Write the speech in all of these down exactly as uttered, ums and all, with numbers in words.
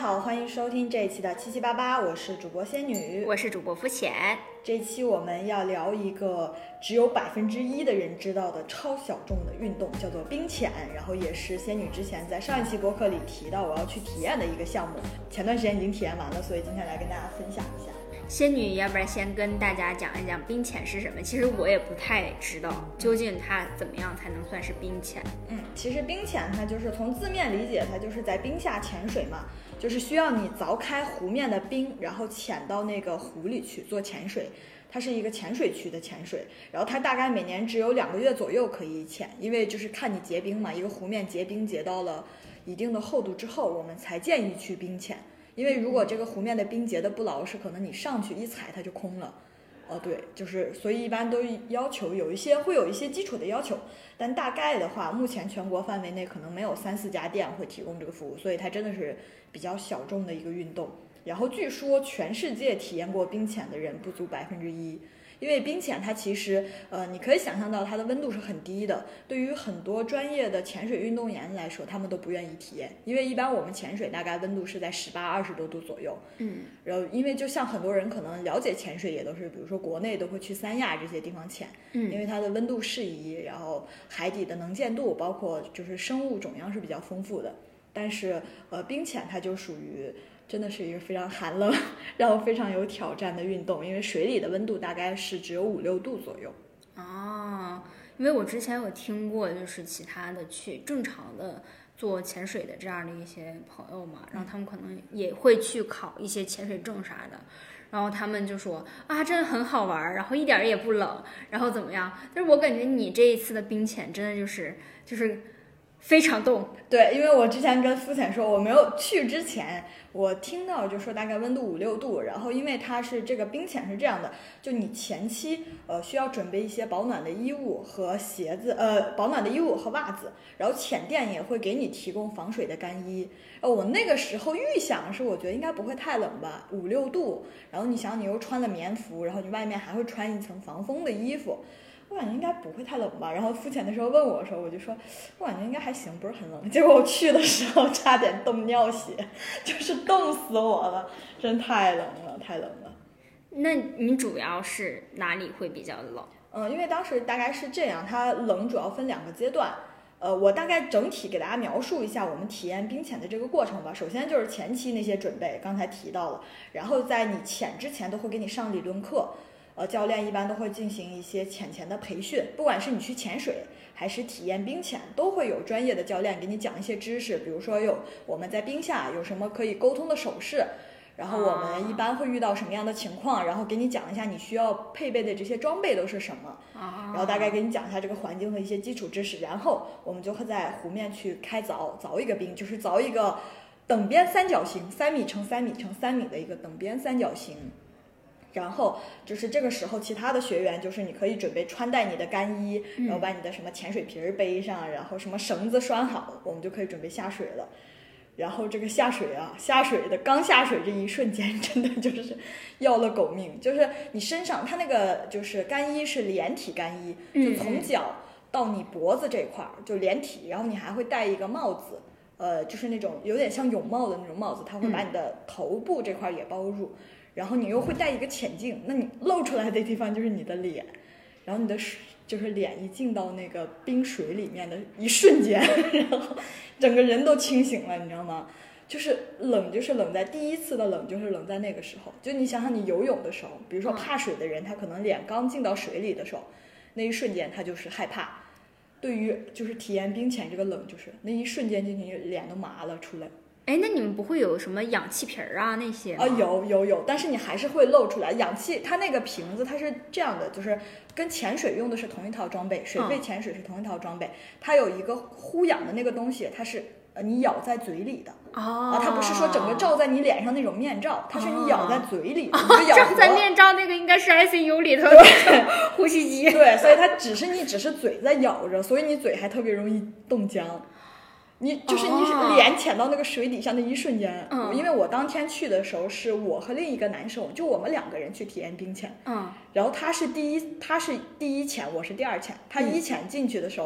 好，欢迎收听这一期的七七八八，我是主播仙女， 我是主播肤浅。 这期我们要聊一个只有百分之一的人知道的超小众的运动，叫做冰潜，然后也是仙女之前在上一期播客里提到我要去体验的一个项目，前段时间已经体验完了，所以今天来跟大家分享一下。 仙女要不然先跟大家讲一讲冰潜是什么，其实我也不太知道究竟它怎么样才能算是冰潜。 嗯，其实冰潜它就是从字面理解，它就是在冰下潜水嘛，就是需要你凿开湖面的冰，然后潜到那个湖里去做潜水。它是一个潜水区的潜水，然后它大概每年只有两个月左右可以潜，因为就是看你结冰嘛，一个湖面结冰结到了一定的厚度之后，我们才建议去冰潜。因为如果这个湖面的冰结的不牢实，可能你上去一踩它就空了。哦，对，就是所以一般都要求有一些会有一些基础的要求，但大概的话，目前全国范围内可能没有三四家店会提供这个服务，所以它真的是比较小众的一个运动。然后据说全世界体验过冰潜的人不足百分之一，因为冰潜它其实呃，你可以想象到它的温度是很低的，对于很多专业的潜水运动员来说，他们都不愿意体验，因为一般我们潜水大概温度是在十八、二十多度左右。 嗯， 然后因为就像很多人可能了解潜水，也都是比如说国内都会去三亚这些地方潜， 嗯， 因为它的温度适宜，然后海底的能见度，包括就是生物种样是比较丰富的。但是呃，冰潜它就属于真的是一个非常寒冷，然后非常有挑战的运动，因为水里的温度大概是只有五六度左右。 哦，因为我之前有听过，就是其他的去正常的做潜水的这样的一些朋友嘛，然后他们可能也会去考一些潜水证啥的，然后他们就说啊，真的很好玩，然后一点也不冷，然后怎么样？但是我感觉你这一次的冰潜真的就是就是非常冻。 对，因为我之前跟肤浅说，我没有去之前，我听到就说大概温度五六度，然后因为它是这个冰潜是这样的，就你前期呃需要准备一些保暖的衣物和鞋子，呃保暖的衣物和袜子，然后潜店也会给你提供防水的干衣。呃，我那个时候预想是，我觉得应该不会太冷吧，五六度，然后你想你又穿了棉服，然后你外面还会穿一层防风的衣服。我感觉应该不会太冷吧，然后肤浅的时候问我的时候，我就说我感觉应该还行，不是很冷。结果我去的时候差点冻尿血，就是冻死我了，真太冷了，太冷了。 那你主要是哪里会比较冷？ 嗯，因为当时大概是这样，它冷主要分两个阶段。呃，我大概整体给大家描述一下我们体验冰潜的这个过程吧。首先就是前期那些准备，刚才提到了，然后在你潜之前都会给你上理论课。呃，教练一般都会进行一些潜前的培训，不管是你去潜水还是体验冰潜，都会有专业的教练给你讲一些知识，比如说有我们在冰下有什么可以沟通的手势，然后我们一般会遇到什么样的情况，然后给你讲一下你需要配备的这些装备都是什么，然后大概给你讲一下这个环境和一些基础知识，然后我们就会在湖面去开凿，凿一个冰，就是凿一个等边三角形，三米乘三米乘三米的一个等边三角形。然后就是这个时候其他的学员就是你可以准备穿戴你的干衣，然后把你的什么潜水瓶背上，然后什么绳子拴好，我们就可以准备下水了。然后这个下水啊，下水的刚下水这一瞬间真的就是要了狗命，就是你身上它那个就是干衣是连体干衣，就从脚到你脖子这块就连体，然后你还会戴一个帽子，呃，就是那种有点像泳帽的那种帽子，它会把你的头部这块也包住，然后你又会戴一个潜镜，那你露出来的地方就是你的脸，然后你的就是脸一进到那个冰水里面的一瞬间，然后整个人都清醒了，你知道吗？就是冷，就是冷在第一次的冷，就是冷在那个时候。就你想想，你游泳的时候，比如说怕水的人，他可能脸刚进到水里的时候，那一瞬间他就是害怕。对于就是体验冰潜这个冷，就是那一瞬间就你脸都麻了出来。 哎，那你们不会有什么氧气瓶啊那些吗？ 啊，有有有，但是你还是会露出来。氧气，它那个瓶子它是这样的，就是跟潜水用的是同一套装备，水肺潜水是同一套装备。嗯、它有一个呼氧的那个东西，它是呃你咬在嘴里的。 哦。 啊，它不是说整个罩在你脸上那种面罩，它是你咬在嘴里的。 哦、 你咬罩在面罩那个应该是 I C U 里头的呼吸机。 对，所以它只是你只是嘴在咬着，所以你嘴还特别容易冻僵。你就是你脸潜到那个水底下的一瞬间， 嗯， 因为我当天去的时候是我和另一个男生，就我们两个人去体验冰潜， 嗯， 然后他是第一，他是第一潜，我是第二潜，他一潜进去的时候，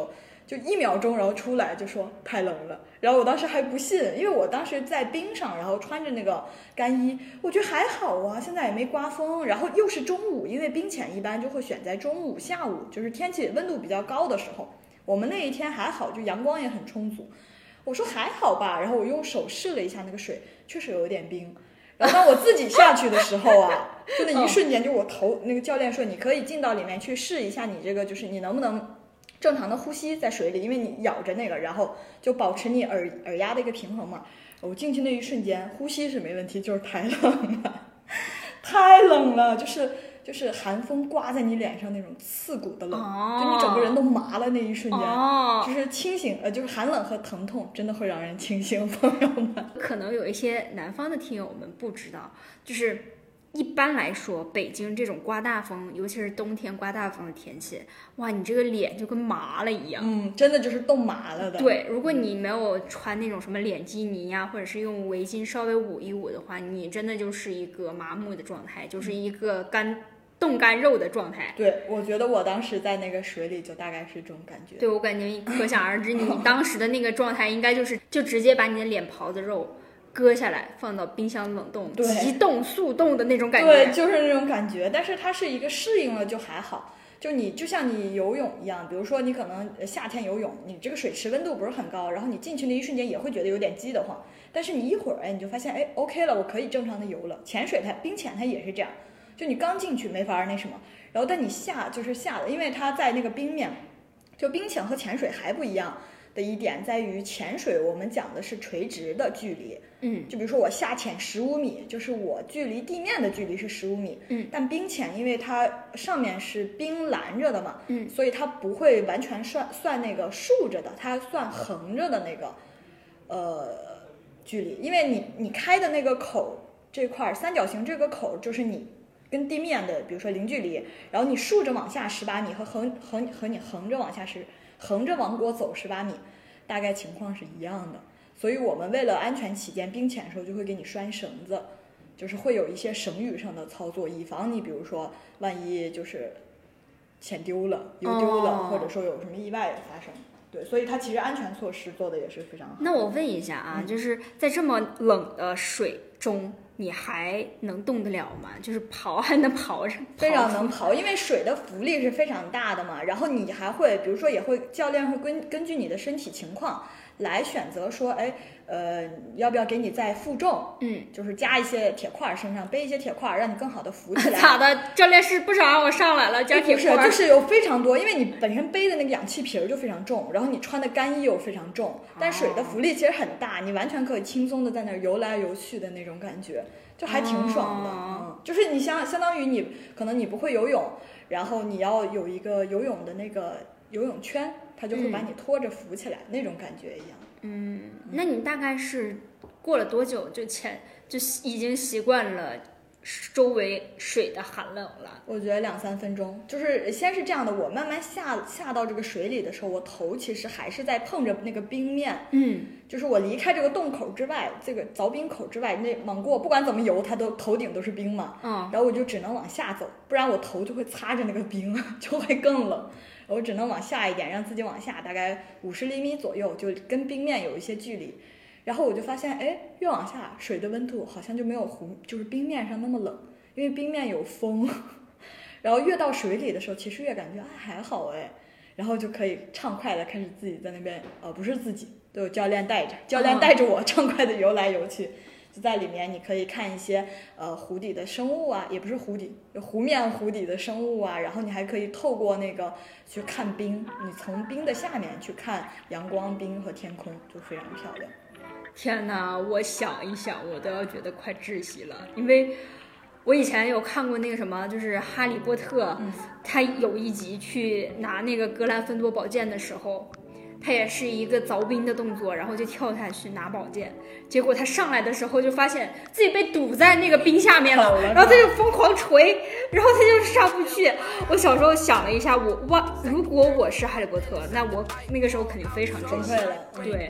就一秒钟，然后出来就说太冷了。然后我当时还不信，因为我当时在冰上，然后穿着那个干衣，我觉得还好啊，现在也没刮风，然后又是中午，因为冰潜一般就会选在中午、下午，就是天气温度比较高的时候。我们那一天还好，就阳光也很充足。我说还好吧，然后我用手试了一下那个水，确实有点冰。然后当我自己下去的时候啊，就那一瞬间，就我头那个教练说你可以进到里面去试一下你这个就是你能不能正常的呼吸在水里，因为你咬着那个，然后就保持你耳耳压的一个平衡嘛。我进去那一瞬间，呼吸是没问题，就是太冷了，太冷了，就是就是寒风刮在你脸上那种刺骨的冷，哦、就你整个人都麻了那一瞬间，哦、就是清醒呃，就是寒冷和疼痛真的会让人清醒，朋友们。 可能有一些南方的听友们不知道，就是一般来说，北京这种刮大风，尤其是冬天刮大风的天气，哇，你这个脸就跟麻了一样。 嗯，真的就是冻麻了的。 对，如果你没有穿那种什么脸基尼呀、啊，或者是用围巾稍微捂一捂的话，你真的就是一个麻木的状态，就是一个干冻干肉的状态。 对，我觉得我当时在那个水里就大概是这种感觉。 对，我感觉可想而知，你当时的那个状态应该就是就直接把你的脸袍子肉割下来放到冰箱冷冻，急冻速冻的那种感觉。 对，就是那种感觉。但是它是一个适应了就还好，就你就像你游泳一样，比如说你可能夏天游泳，你这个水池温度不是很高，然后你进去那一瞬间也会觉得有点激得慌，但是你一会儿哎你就发现哎 OK 了，我可以正常的游了。潜水它冰潜它也是这样，就你刚进去没法那什么，然后但你下就是下了，因为它在那个冰面，就冰潜和潜水还不一样的一点在于，潜水我们讲的是垂直的距离， 嗯， 就比如说我下潜十五米，就是我距离地面的距离是十五米， 嗯， 但冰潜因为它上面是冰拦着的嘛， 嗯， 所以它不会完全算算那个竖着的，它算横着的那个呃距离，因为你你开的那个口这块三角形这个口就是你跟地面的比如说零距离，然后你竖着往下十八米和横横和你横着往下是横着往过走十八米，大概情况是一样的。所以我们为了安全起见，冰潜的时候就会给你拴绳子，就是会有一些绳语上的操作，以防你比如说万一就是潜丢了、游丢了，哦、或者说有什么意外发生。对，所以它其实安全措施做的也是非常好。 那我问一下啊，嗯、就是在这么冷的水中，你还能动得了吗？就是跑还能跑着？ 非常能跑，因为水的浮力是非常大的嘛。然后你还会，比如说也会教练会根根据你的身体情况来选择说，哎，呃，要不要给你再负重？ 嗯， 就是加一些铁块身上，背一些铁块，让你更好的浮起来。 咋的？教练是不想让我上来了，加铁块？ 不是，就是有非常多，因为你本身背的那个氧气瓶就非常重，然后你穿的干衣又非常重，但水的浮力其实很大，你完全可以轻松的在那儿游来游去的那种感觉。就还挺爽的， 哦、 嗯，就是你相相当于你可能你不会游泳，然后你要有一个游泳的那个游泳圈，它就会把你拖着浮起来，嗯、那种感觉一样。 嗯，那你大概是过了多久就潜就已经习惯了周围水的寒冷了？ 我觉得两三分钟，就是先是这样的，我慢慢下下到这个水里的时候，我头其实还是在碰着那个冰面， 嗯， 就是我离开这个洞口之外，这个凿冰口之外，那往过不管怎么游，它都头顶都是冰嘛， 嗯， 然后我就只能往下走，不然我头就会擦着那个冰，就会更冷。我只能往下一点，让自己往下大概五十厘米左右，就跟冰面有一些距离。然后我就发现，哎，越往下，水的温度好像就没有湖，就是冰面上那么冷，因为冰面有风。然后越到水里的时候，其实越感觉啊还好哎，然后就可以畅快的开始自己在那边，呃，不是自己，都有教练带着，教练带着我畅快的游来游去。就在里面，你可以看一些呃湖底的生物啊，也不是湖底，湖面湖底的生物啊，然后你还可以透过那个去看冰，你从冰的下面去看阳光、冰和天空，就非常漂亮。 天哪，我想一想，我都要觉得快窒息了，因为我以前有看过那个什么，就是《哈利波特》， 嗯， 他有一集去拿那个格兰芬多宝剑的时候，他也是一个凿冰的动作，然后就跳下去拿宝剑，结果他上来的时候就发现自己被堵在那个冰下面了，然后他就疯狂锤，然后他就上不去。我小时候想了一下，我哇，如果我是哈利波特，那我那个时候肯定非常珍惜了。 对。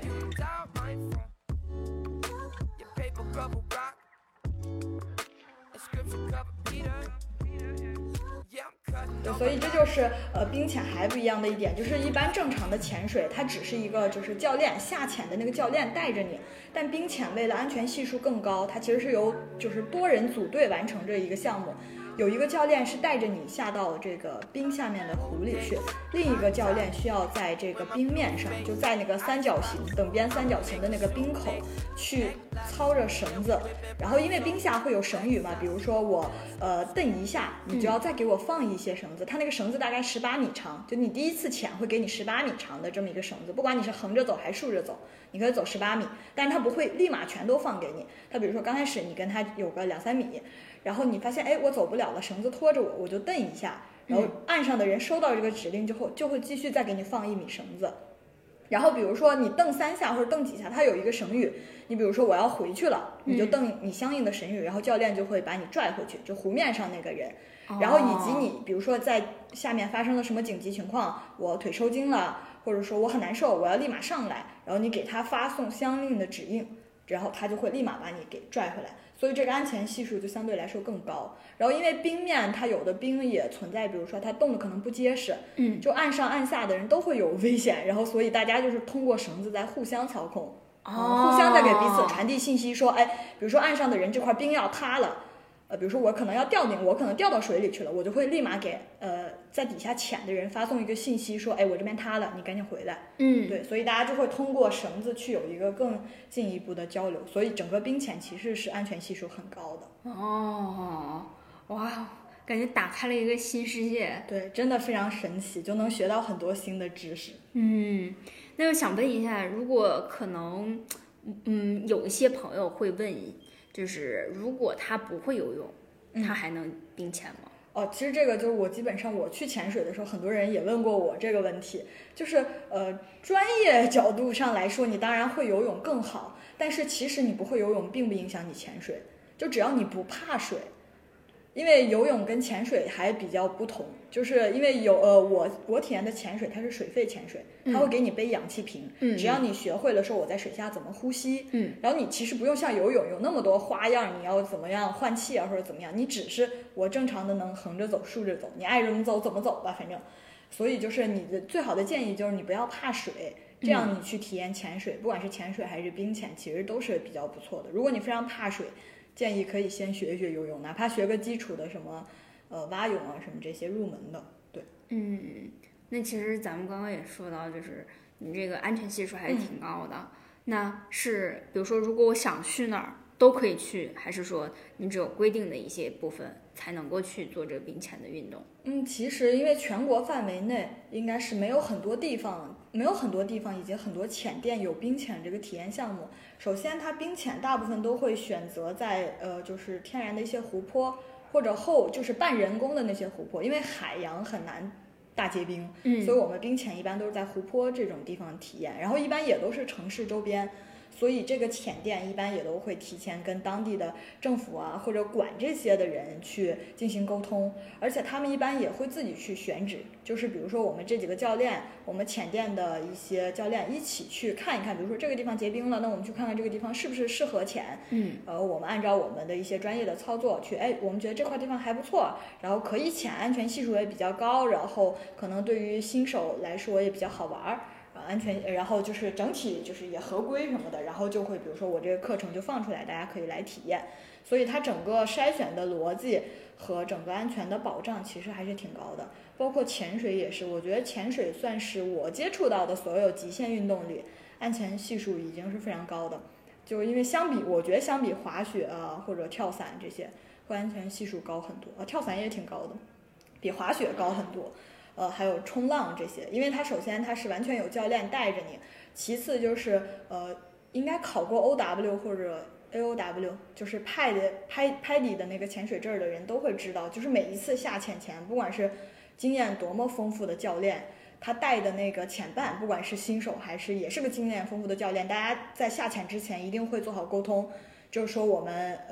对，所以这就是呃冰潜还不一样的一点，就是一般正常的潜水，它只是一个就是教练下潜的那个教练带着你，但冰潜为了安全系数更高，它其实是由就是多人组队完成这一个项目。有一个教练是带着你下到这个冰下面的湖里去，另一个教练需要在这个冰面上，就在那个三角形等边三角形的那个冰口去操着绳子，然后因为冰下会有绳语嘛，比如说我呃蹬一下，你就要再给我放一些绳子，它那个绳子大概十八米长，就你第一次潜会给你十八米长的这么一个绳子，不管你是横着走还是竖着走，你可以走十八米，但是它不会立马全都放给你，它比如说刚开始你跟它有个两三米。然后你发现，哎，我走不了了，绳子拖着我，我就蹬一下，然后岸上的人收到这个指令之后，就会继续再给你放一米绳子。然后比如说你蹬三下或者蹬几下，它有一个绳语，你比如说我要回去了，你就蹬你相应的绳语，然后教练就会把你拽回去，就湖面上那个人。然后以及你比如说在下面发生了什么紧急情况，我腿抽筋了，或者说我很难受，我要立马上来，然后你给他发送相应的指令，然后他就会立马把你给拽回来。所以这个安全系数就相对来说更高。然后因为冰面它有的冰也存在，比如说它冻的可能不结实， 嗯， 就岸上岸下的人都会有危险，然后所以大家就是通过绳子在互相操控， 哦、 嗯，互相在给彼此传递信息，说，哎，比如说岸上的人这块冰要塌了。呃，比如说我可能要掉进，我可能掉到水里去了，我就会立马给呃在底下潜的人发送一个信息，说，哎，我这边塌了，你赶紧回来。 嗯， 对，所以大家就会通过绳子去有一个更进一步的交流，所以整个冰潜其实是安全系数很高的。 哦，哇，感觉打开了一个新世界。 对，真的非常神奇，就能学到很多新的知识。 嗯，那我想问一下，如果可能，嗯，有一些朋友会问。就是如果他不会游泳， 嗯、 他还能冰潜吗？ 哦，其实这个就是我基本上我去潜水的时候，很多人也问过我这个问题。就是呃，专业角度上来说，你当然会游泳更好，但是其实你不会游泳并不影响你潜水，就只要你不怕水。因为游泳跟潜水还比较不同，就是因为有呃我我体验的潜水它是水肺潜水，它会给你背氧气瓶， 嗯， 只要你学会了说我在水下怎么呼吸， 嗯， 然后你其实不用像游泳有那么多花样，你要怎么样换气啊或者怎么样，你只是我正常的能横着走竖着走，你爱怎么走怎么走吧，反正，所以就是你的最好的建议就是你不要怕水，这样你去体验潜水，不管是潜水还是冰潜，其实都是比较不错的。如果你非常怕水，建议可以先学一学游泳，哪怕学个基础的什么，呃，蛙泳啊什么这些入门的，对。 嗯，那其实咱们刚刚也说到，就是你这个安全系数还是挺高的。 嗯、 那是比如说，如果我想去那儿，都可以去，还是说你只有规定的一些部分才能够去做这个冰潜的运动？ 嗯，其实因为全国范围内应该是没有很多地方，没有很多地方以及很多潜店有冰潜这个体验项目。首先，它冰潜大部分都会选择在呃，就是天然的一些湖泊，或者后就是半人工的那些湖泊，因为海洋很难大结冰， 嗯， 所以我们冰潜一般都是在湖泊这种地方体验，然后一般也都是城市周边。所以这个潜店一般也都会提前跟当地的政府啊或者管这些的人去进行沟通，而且他们一般也会自己去选址，就是比如说我们这几个教练，我们潜店的一些教练一起去看一看，比如说这个地方结冰了，那我们去看看这个地方是不是适合潜， 嗯， 呃，我们按照我们的一些专业的操作去，哎，我们觉得这块地方还不错，然后可以潜，安全系数也比较高，然后可能对于新手来说也比较好玩。安全，然后就是整体就是也合规什么的，然后就会比如说我这个课程就放出来，大家可以来体验，所以它整个筛选的逻辑和整个安全的保障其实还是挺高的。包括潜水也是，我觉得潜水算是我接触到的所有极限运动里安全系数已经是非常高的，就因为相比我觉得相比滑雪啊或者跳伞这些会安全系数高很多啊，跳伞也挺高的，比滑雪高很多。呃，还有冲浪这些，因为它首先它是完全有教练带着你，其次就是呃，应该考过 O W 或者 A O W， 就是派的拍拍底的那个潜水证的人都会知道，就是每一次下潜前，不管是经验多么丰富的教练，他带的那个潜伴，不管是新手还是也是个经验丰富的教练，大家在下潜之前一定会做好沟通，就是说我们呃。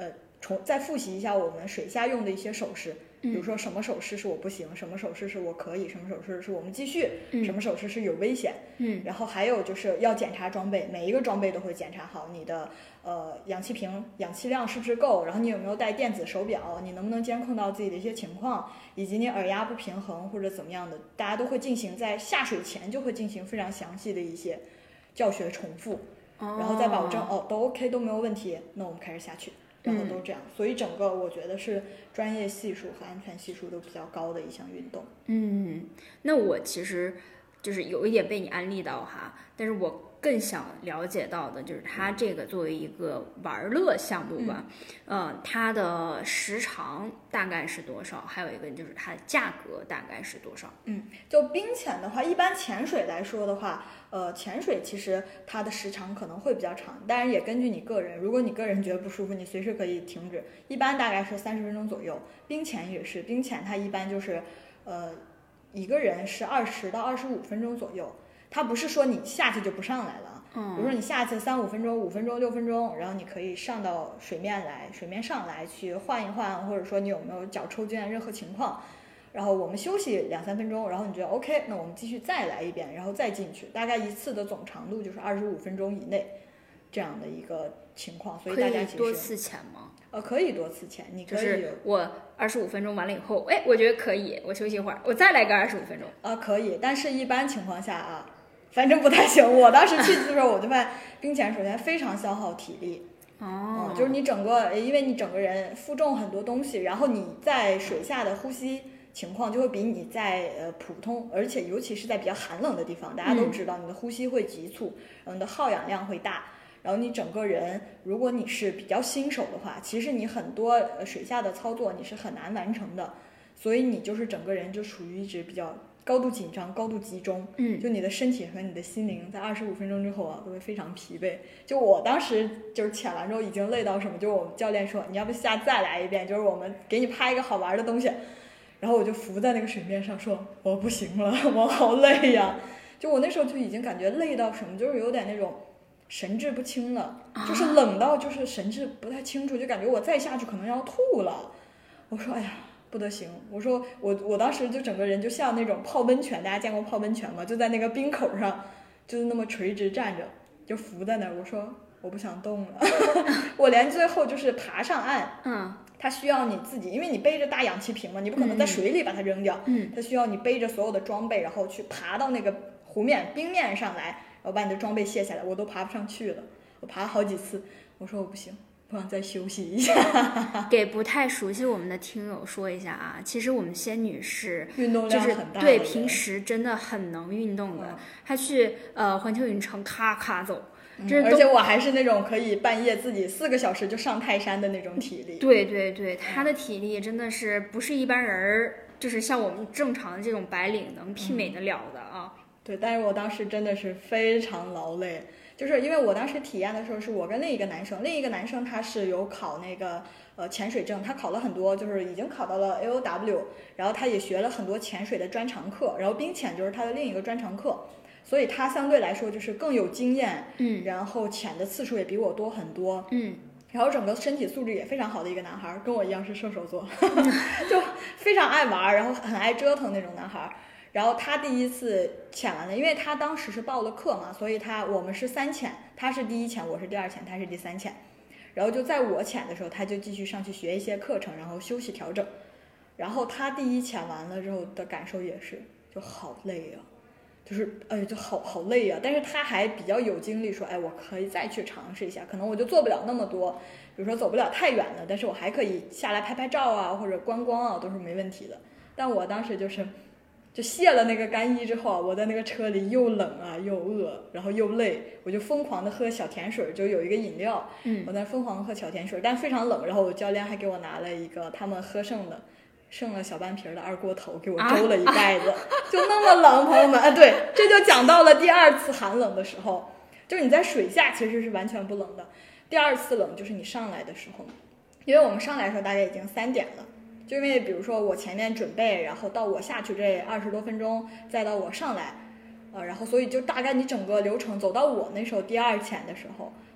重再复习一下我们水下用的一些手势，比如说什么手势是我不行，什么手势是我可以，什么手势是我们继续，什么手势是有危险。 嗯， 然后还有就是要检查装备，每一个装备都会检查好你的呃氧气瓶氧气量是不是够，然后你有没有带电子手表，你能不能监控到自己的一些情况，以及你耳压不平衡或者怎么样的，大家都会进行在下水前就会进行非常详细的一些教学重复，然后再保证哦都 OK 都没有问题，那我们开始下去。然后都这样、嗯、所以整个我觉得是专业系数和安全系数都比较高的一项运动。 嗯，那我其实就是有一点被你安利到哈，但是我更想了解到的就是它这个作为一个玩乐项目吧，嗯、呃，它的时长大概是多少？还有一个就是它的价格大概是多少？ 嗯，就冰潜的话，一般潜水来说的话，呃，潜水其实它的时长可能会比较长，当然也根据你个人，如果你个人觉得不舒服，你随时可以停止，一般大概是三十分钟左右。冰潜也是，冰潜它一般就是呃一个人是二十到二十五分钟左右。它不是说你下去就不上来了，比如说你下去三五分钟、五分钟、六分钟，然后你可以上到水面来，水面上来去换一换，或者说你有没有脚抽筋任何情况，然后我们休息两三分钟，然后你觉得 OK， 那我们继续再来一遍，然后再进去，大概一次的总长度就是二十五分钟以内这样的一个情况，所以大家其实可以多次潜吗？ 呃，可以多次潜，你可以、 就是我二十五分钟完了以后，哎，我觉得可以，我休息一会儿，我再来个二十五分钟啊、呃，可以，但是一般情况下啊。反正不太行，我当时去的时候我就发现冰潜首先非常消耗体力， 哦、 嗯，就是你整个，因为你整个人负重很多东西，然后你在水下的呼吸情况就会比你在呃普通，而且尤其是在比较寒冷的地方，大家都知道你的呼吸会急促，然后你的耗氧量会大，然后你整个人，如果你是比较新手的话，其实你很多水下的操作你是很难完成的，所以你就是整个人就处于一直比较高度紧张、高度集中， 嗯， 就你的身体和你的心灵在二十五分钟之后啊，都会非常疲惫。就我当时就是潜完之后已经累到什么，就是我们教练说你要不下再来一遍，就是我们给你拍一个好玩的东西，然后我就浮在那个水面上说我不行了，我好累呀。就我那时候就已经感觉累到什么，就是有点那种神志不清了，就是冷到就是神志不太清楚，就感觉我再下去可能要吐了。我说哎呀。不得行，我说我我当时就整个人就像那种泡温泉，大家见过泡温泉吗？就在那个冰口上，就是那么垂直站着，就浮在那儿。我说我不想动了，我连最后就是爬上岸， 嗯， 它需要你自己，因为你背着大氧气瓶嘛，你不可能在水里把它扔掉， 嗯， 它需要你背着所有的装备，然后去爬到那个湖面冰面上来，然后把你的装备卸下来。我都爬不上去了，我爬好几次，我说我不行。我想再休息一下。 给不太熟悉我们的听友说一下啊，其实我们仙女是运动量很大的， 就是对平时真的很能运动的。嗯、她去呃环球影城咔咔走， 嗯、而且我还是那种可以半夜自己四个小时就上泰山的那种体力。 对对对，她的体力真的是不是一般人，就是像我们正常的这种白领能媲美得了的啊。 嗯、对，但是我当时真的是非常劳累。就是因为我当时体验的时候是我跟另一个男生，另一个男生他是有考那个呃潜水证，他考了很多，就是已经考到了 A O W， 然后他也学了很多潜水的专长课，然后冰潜就是他的另一个专长课，所以他相对来说就是更有经验， 嗯， 然后潜的次数也比我多很多， 嗯， 然后整个身体素质也非常好的一个男孩，跟我一样是射手座，就非常爱玩，然后很爱折腾那种男孩。然后他第一次潜完了，因为他当时是报了课嘛，所以他我们是三潜，他是第一潜，我是第二潜，他是第三潜。然后就在我潜的时候，他就继续上去学一些课程，然后休息调整。然后他第一潜完了之后的感受也是，就好累啊，就是哎就好好累啊。但是他还比较有精力说，哎，我可以再去尝试一下，可能我就做不了那么多，比如说走不了太远了，但是我还可以下来拍拍照啊，或者观光啊，都是没问题的。但我当时就是。就卸了那个干衣之后，我在那个车里又冷啊又饿，然后又累，我就疯狂的喝小甜水，就有一个饮料， 嗯， 我在疯狂喝小甜水，但非常冷，然后我教练还给我拿了一个他们喝剩的剩了小半瓶的二锅头，给我周了一盖子，啊、就那么冷，朋友们，啊，对，这就讲到了第二次寒冷的时候，就是你在水下其实是完全不冷的，第二次冷就是你上来的时候，因为我们上来的时候大概已经三点了。就因为比如说我前面准备，然后到我下去这二十多分钟，再到我上来，呃，然后所以就大概你整个流程走到我那时候第二潜的时候，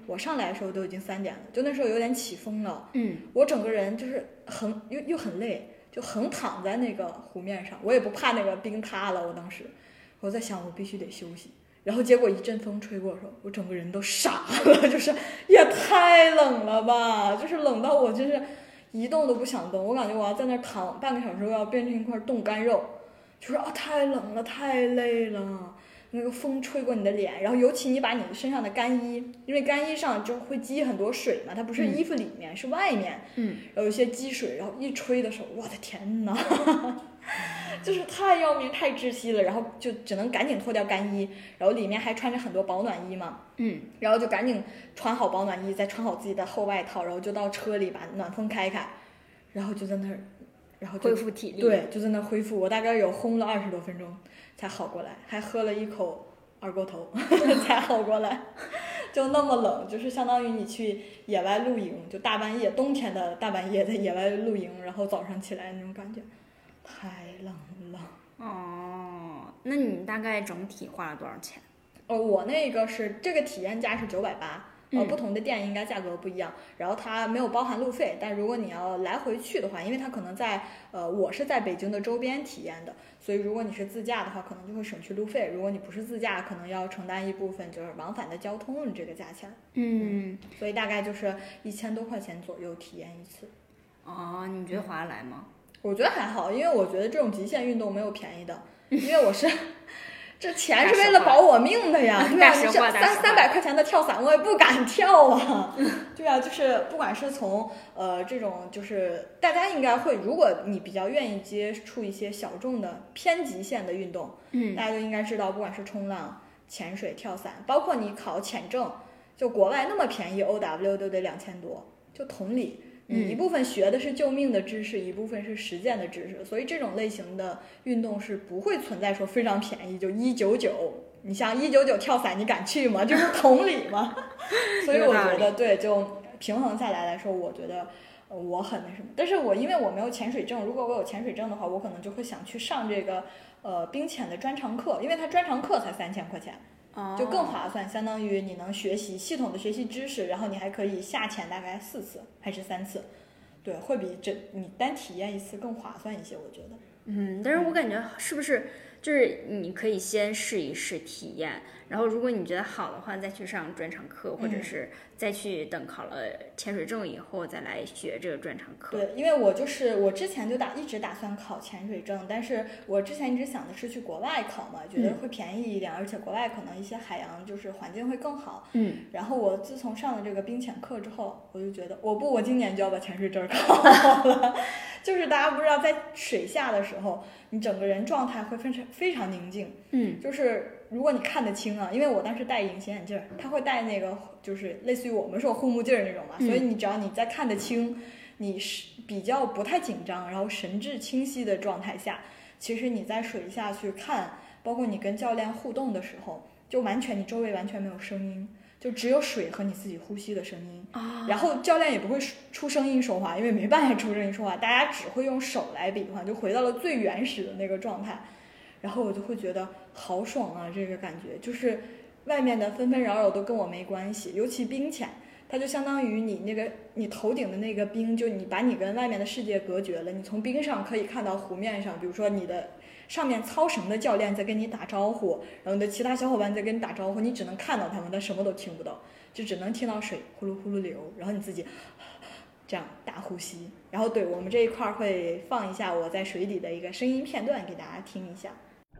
我上来的时候都已经三点了，就那时候有点起风了， 嗯， 我整个人就是横又又很累，就横躺在那个湖面上，我也不怕那个冰塌了。我当时我在想，我必须得休息。然后结果一阵风吹过的时候，我整个人都傻了，就是也太冷了吧，就是冷到我就是一动都不想动，我感觉我要在那躺半个小时，我要变成一块冻干肉，就是啊太冷了，太累了。那个风吹过你的脸，然后尤其你把你身上的干衣，因为干衣上就会积很多水嘛，它不是衣服里面，嗯、是外面， 嗯， 然后有些积水，然后一吹的时候，我的天哪，就是太要命太窒息了，然后就只能赶紧脱掉干衣，然后里面还穿着很多保暖衣嘛， 嗯， 然后就赶紧穿好保暖衣，再穿好自己的厚外套，然后就到车里把暖风开开，然后就在那儿，然后恢复体力， 对，就在那恢复，我大概有轰了二十多分钟才好过来，还喝了一口二锅头才好过来，就那么冷，就是相当于你去野外露营，就大半夜冬天的大半夜在野外露营，然后早上起来那种感觉，太冷了。 哦，那你大概整体花了多少钱？ 哦，我那个是这个体验价是九百八。呃， 嗯、 不同的店应该价格不一样，然后它没有包含路费，但如果你要来回去的话，因为它可能在呃，我是在北京的周边体验的，所以如果你是自驾的话，可能就会省去路费；如果你不是自驾，可能要承担一部分就是往返的交通这个价钱。 嗯， 所以大概就是一千多块钱左右体验一次。 哦，你觉得划得来吗？ 我觉得还好，因为我觉得这种极限运动没有便宜的，因为我是。这钱是为了保我命的呀，对啊，这三三百块钱的跳伞我也不敢跳啊，对啊，就是不管是从呃这种就是大家应该会，如果你比较愿意接触一些小众的偏极限的运动， 嗯， 大家都应该知道，不管是冲浪、潜水、跳伞，包括你考潜证，就国外那么便宜 O W 都得两千多，就同理。你一部分学的是救命的知识，一部分是实践的知识，所以这种类型的运动是不会存在说非常便宜就一九九。你像一九九跳伞，你敢去吗？这不是同理吗？所以我觉得对，就平衡下来来说，我觉得我很那什么。但是我因为我没有潜水证，如果我有潜水证的话，我可能就会想去上这个呃冰潜的专长课，因为它专长课才三千块钱。就更划算，相当于你能学习系统的学习知识，然后你还可以下潜大概四次还是三次，对，会比这你单体验一次更划算一些，我觉得。 嗯，但是我感觉是不是就是你可以先试一试体验，然后如果你觉得好的话，再去上专场课，或者是再去等考了潜水证以后再来学这个专场课。 对，因为我就是我之前就打一直打算考潜水证，但是我之前一直想的是去国外考嘛，觉得会便宜一点，嗯、而且国外可能一些海洋就是环境会更好。 嗯。 然后我自从上了这个冰潜课之后，我就觉得我不，我今年就要把潜水证考了。就是大家不知道，在水下的时候，你整个人状态会非常非常宁静。 嗯， 就是如果你看得清啊，因为我当时戴隐形眼镜，他会戴那个就是类似于我们说护目镜那种嘛， 嗯、 所以你只要你在看得清，你是比较不太紧张，然后神志清晰的状态下，其实你在水下去看，包括你跟教练互动的时候，就完全你周围完全没有声音。就只有水和你自己呼吸的声音， 啊、 然后教练也不会出声音说话，因为没办法出声音说话，大家只会用手来比划，就回到了最原始的那个状态。然后我就会觉得好爽啊，这个感觉就是外面的纷纷扰扰都跟我没关系，尤其冰潜，它就相当于你那个你头顶的那个冰，就你把你跟外面的世界隔绝了，你从冰上可以看到湖面上，比如说你的上面操绳的教练在跟你打招呼，然后你的其他小伙伴在跟你打招呼，你只能看到他们，但什么都听不到，就只能听到水呼噜呼噜流，然后你自己这样大呼吸。然后对，我们这一块会放一下我在水底的一个声音片段给大家听一下。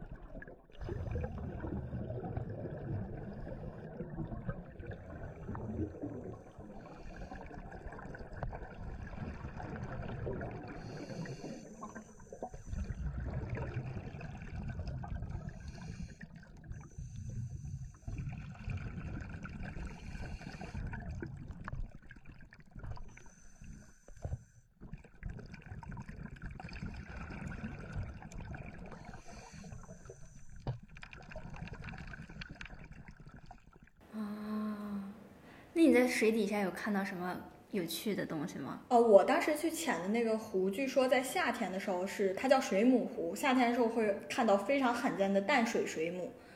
那你在水底下有看到什么有趣的东西吗？ 哦，我当时去潜的那个湖，据说在夏天的时候是它叫水母湖，夏天的时候会看到非常罕见的淡水水母，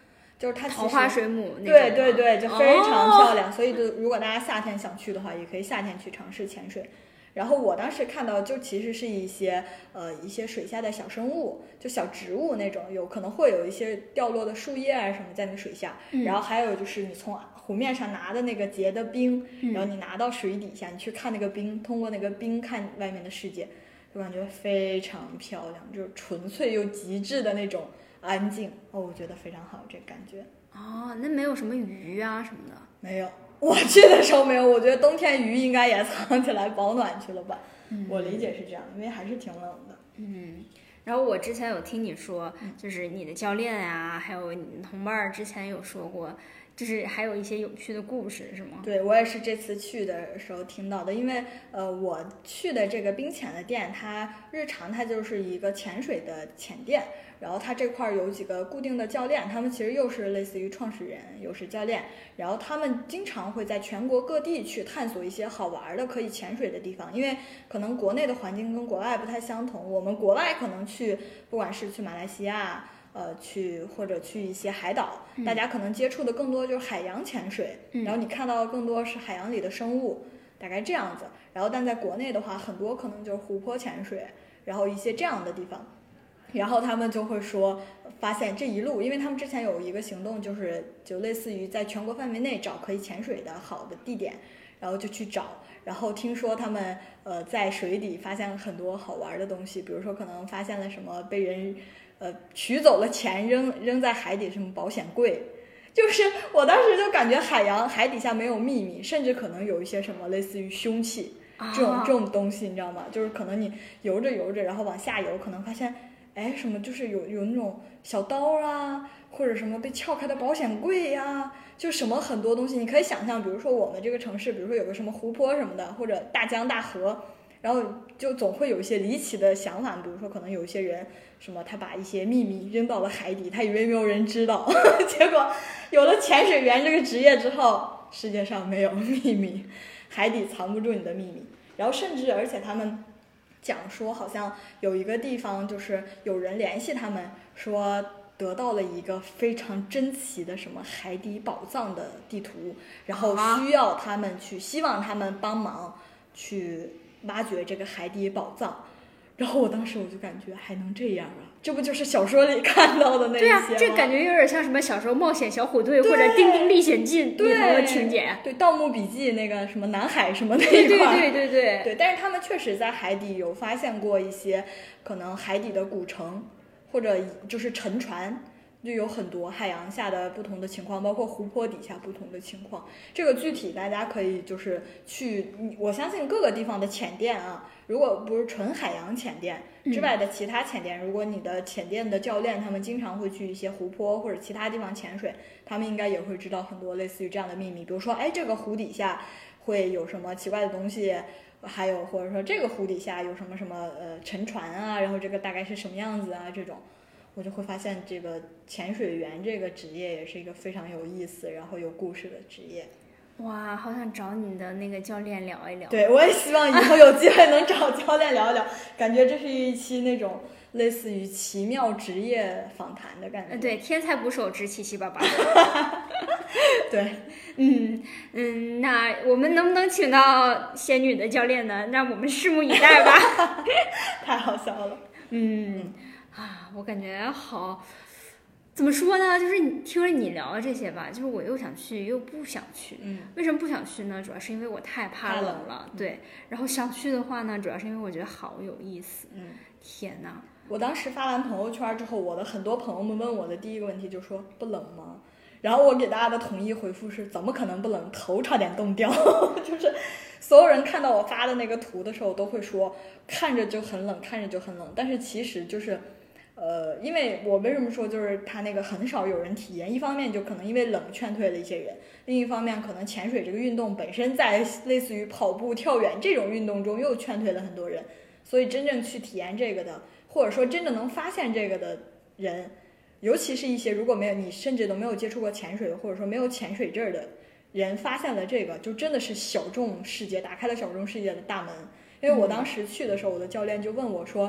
就是它其实桃花水母那种， 对对对，就非常漂亮。哦、所以就如果大家夏天想去的话，也可以夏天去尝试潜水。然后我当时看到，就其实是一些呃一些水下的小生物，就小植物那种，有可能会有一些掉落的树叶啊什么在那个水下。 嗯、 然后还有就是你从湖面上拿的那个结的冰， 嗯、 然后你拿到水底下，你去看那个冰，通过那个冰看外面的世界，就感觉非常漂亮，就是纯粹又极致的那种安静。哦，我觉得非常好，这感觉。 哦，那没有什么鱼啊什么的？ 没有。我去的时候没有，我觉得冬天鱼应该也藏起来保暖去了吧。 嗯、 我理解是这样，因为还是挺冷的。 嗯，然后我之前有听你说，就是你的教练呀、啊，还有你的同伴之前有说过，就是还有一些有趣的故事，是吗？ 对，我也是这次去的时候听到的，因为呃，我去的这个冰潜的店，它日常它就是一个潜水的潜店。然后它这块有几个固定的教练，他们其实又是类似于创始人，又是教练，然后他们经常会在全国各地去探索一些好玩的可以潜水的地方，因为可能国内的环境跟国外不太相同，我们国外可能去不管是去马来西亚呃去或者去一些海岛，大家可能接触的更多就是海洋潜水， 嗯、 然后你看到的更多是海洋里的生物，大概这样子。然后但在国内的话，很多可能就是湖泊潜水，然后一些这样的地方。然后他们就会说，发现这一路，因为他们之前有一个行动，就是就类似于在全国范围内找可以潜水的好的地点，然后就去找。然后听说他们呃在水底发现了很多好玩的东西，比如说可能发现了什么被人呃取走了钱扔扔在海底什么保险柜，就是我当时就感觉海洋海底下没有秘密，甚至可能有一些什么类似于凶器这种、啊、这种东西，你知道吗？就是可能你游着游着，然后往下游，可能发现。哎，什么就是有有那种小刀啊，或者什么被撬开的保险柜呀、啊，就什么很多东西，你可以想象，比如说我们这个城市，比如说有个什么湖泊什么的，或者大江大河，然后就总会有一些离奇的想法，比如说可能有一些人什么他把一些秘密扔到了海底，他以为没有人知道，结果有了潜水员这个职业之后，世界上没有秘密，海底藏不住你的秘密，然后甚至而且他们。讲说好像有一个地方就是有人联系他们说得到了一个非常珍奇的什么海底宝藏的地图，然后需要他们去希望他们帮忙去挖掘这个海底宝藏。然后我当时我就感觉还能这样啊，这不就是小说里看到的那些吗？ 对啊，这感觉有点像什么小时候冒险小虎队或者丁丁历险记里头的情节。 对，盗墓笔记那个什么南海什么那一块。 对对对对对对，但是他们确实在海底有发现过一些可能海底的古城，或者就是沉船。就有很多海洋下的不同的情况，包括湖泊底下不同的情况。这个具体大家可以就是去，我相信各个地方的潜店啊，如果不是纯海洋潜店之外的其他潜店，嗯、如果你的潜店的教练他们经常会去一些湖泊或者其他地方潜水，他们应该也会知道很多类似于这样的秘密，比如说，哎，这个湖底下会有什么奇怪的东西。还有或者说这个湖底下有什么什么呃沉船啊，然后这个大概是什么样子啊，这种。我就会发现这个潜水员这个职业也是一个非常有意思然后有故事的职业。 哇，好想找你的那个教练聊一聊。 对，我也希望以后有机会能找教练聊一聊，感觉这是一期那种类似于奇妙职业访谈的感觉。 对，天才捕手之七七八八。 对， 嗯嗯，那我们能不能请到仙女的教练呢？让我们拭目以待吧。 太好笑了。 嗯。啊，我感觉好，怎么说呢？就是你听着你聊的这些吧，就是我又想去又不想去。 嗯， 为什么不想去呢？主要是因为我太怕冷了。 嗯、 对，然后想去的话呢，主要是因为我觉得好有意思。 嗯， 天哪！ 我当时发完朋友圈之后，我的很多朋友们问我的第一个问题就说不冷吗？然后我给大家的统一回复是：怎么可能不冷？头差点冻掉。就是所有人看到我发的那个图的时候，都会说看着就很冷，看着就很冷。但是其实就是。呃，因为我为什么说就是他那个很少有人体验，一方面就可能因为冷劝退了一些人，另一方面可能潜水这个运动本身在类似于跑步、跳远这种运动中又劝退了很多人，所以真正去体验这个的，或者说真正能发现这个的人，尤其是一些如果没有你甚至都没有接触过潜水，或者说没有潜水证的人发现了这个，就真的是小众世界，打开了小众世界的大门。因为我当时去的时候，我的教练就问我说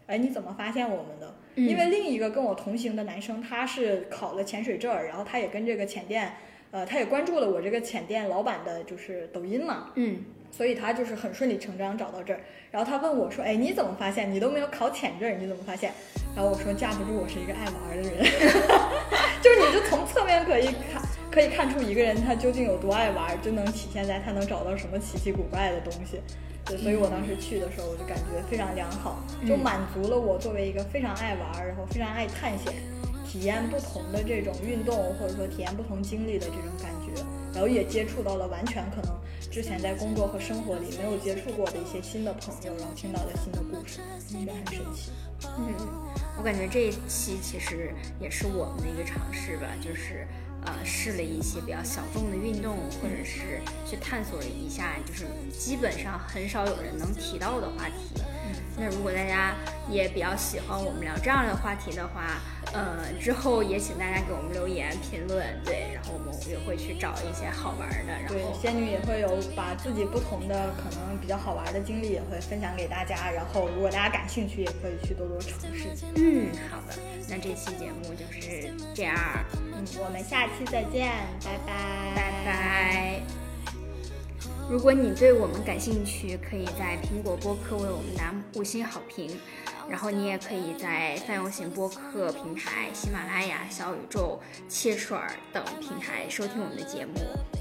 哎，你怎么发现我们的？ 嗯、 因为另一个跟我同行的男生，他是考了潜水证，然后他也跟这个潜店，呃，他也关注了我这个潜店老板的就是抖音嘛， 嗯， 所以他就是很顺理成章找到这儿。然后他问我说，哎，你怎么发现？你都没有考潜证，你怎么发现？然后我说，架不住我是一个爱玩的人，就是你就从侧面可以看。可以看出一个人他究竟有多爱玩，就能体现在他能找到什么奇奇古怪的东西。对，所以我当时去的时候，我就感觉非常良好，就满足了我作为一个非常爱玩，然后非常爱探险，体验不同的这种运动，或者说体验不同经历的这种感觉。然后也接触到了完全可能之前在工作和生活里没有接触过的一些新的朋友，然后听到了新的故事，觉得很神奇。 嗯，我感觉这一期其实也是我们的一个尝试吧，就是呃试了一些比较小众的运动，或者是去探索了一下，就是基本上很少有人能提到的话题。 嗯， 那如果大家也比较喜欢我们聊这样的话题的话，呃，之后也请大家给我们留言评论，对，然后我们也会去找一些好玩的，然后对，仙女也会有把自己不同的可能比较好玩的经历也会分享给大家，然后如果大家感兴趣，也可以去多多尝试。 嗯，好的，那这期节目就是这样， 嗯，我们下期再见，拜拜， 拜拜。如果你对我们感兴趣，可以在苹果播客为我们打五星好评，然后你也可以在泛用型播客平台、喜马拉雅、小宇宙、汽水等平台收听我们的节目。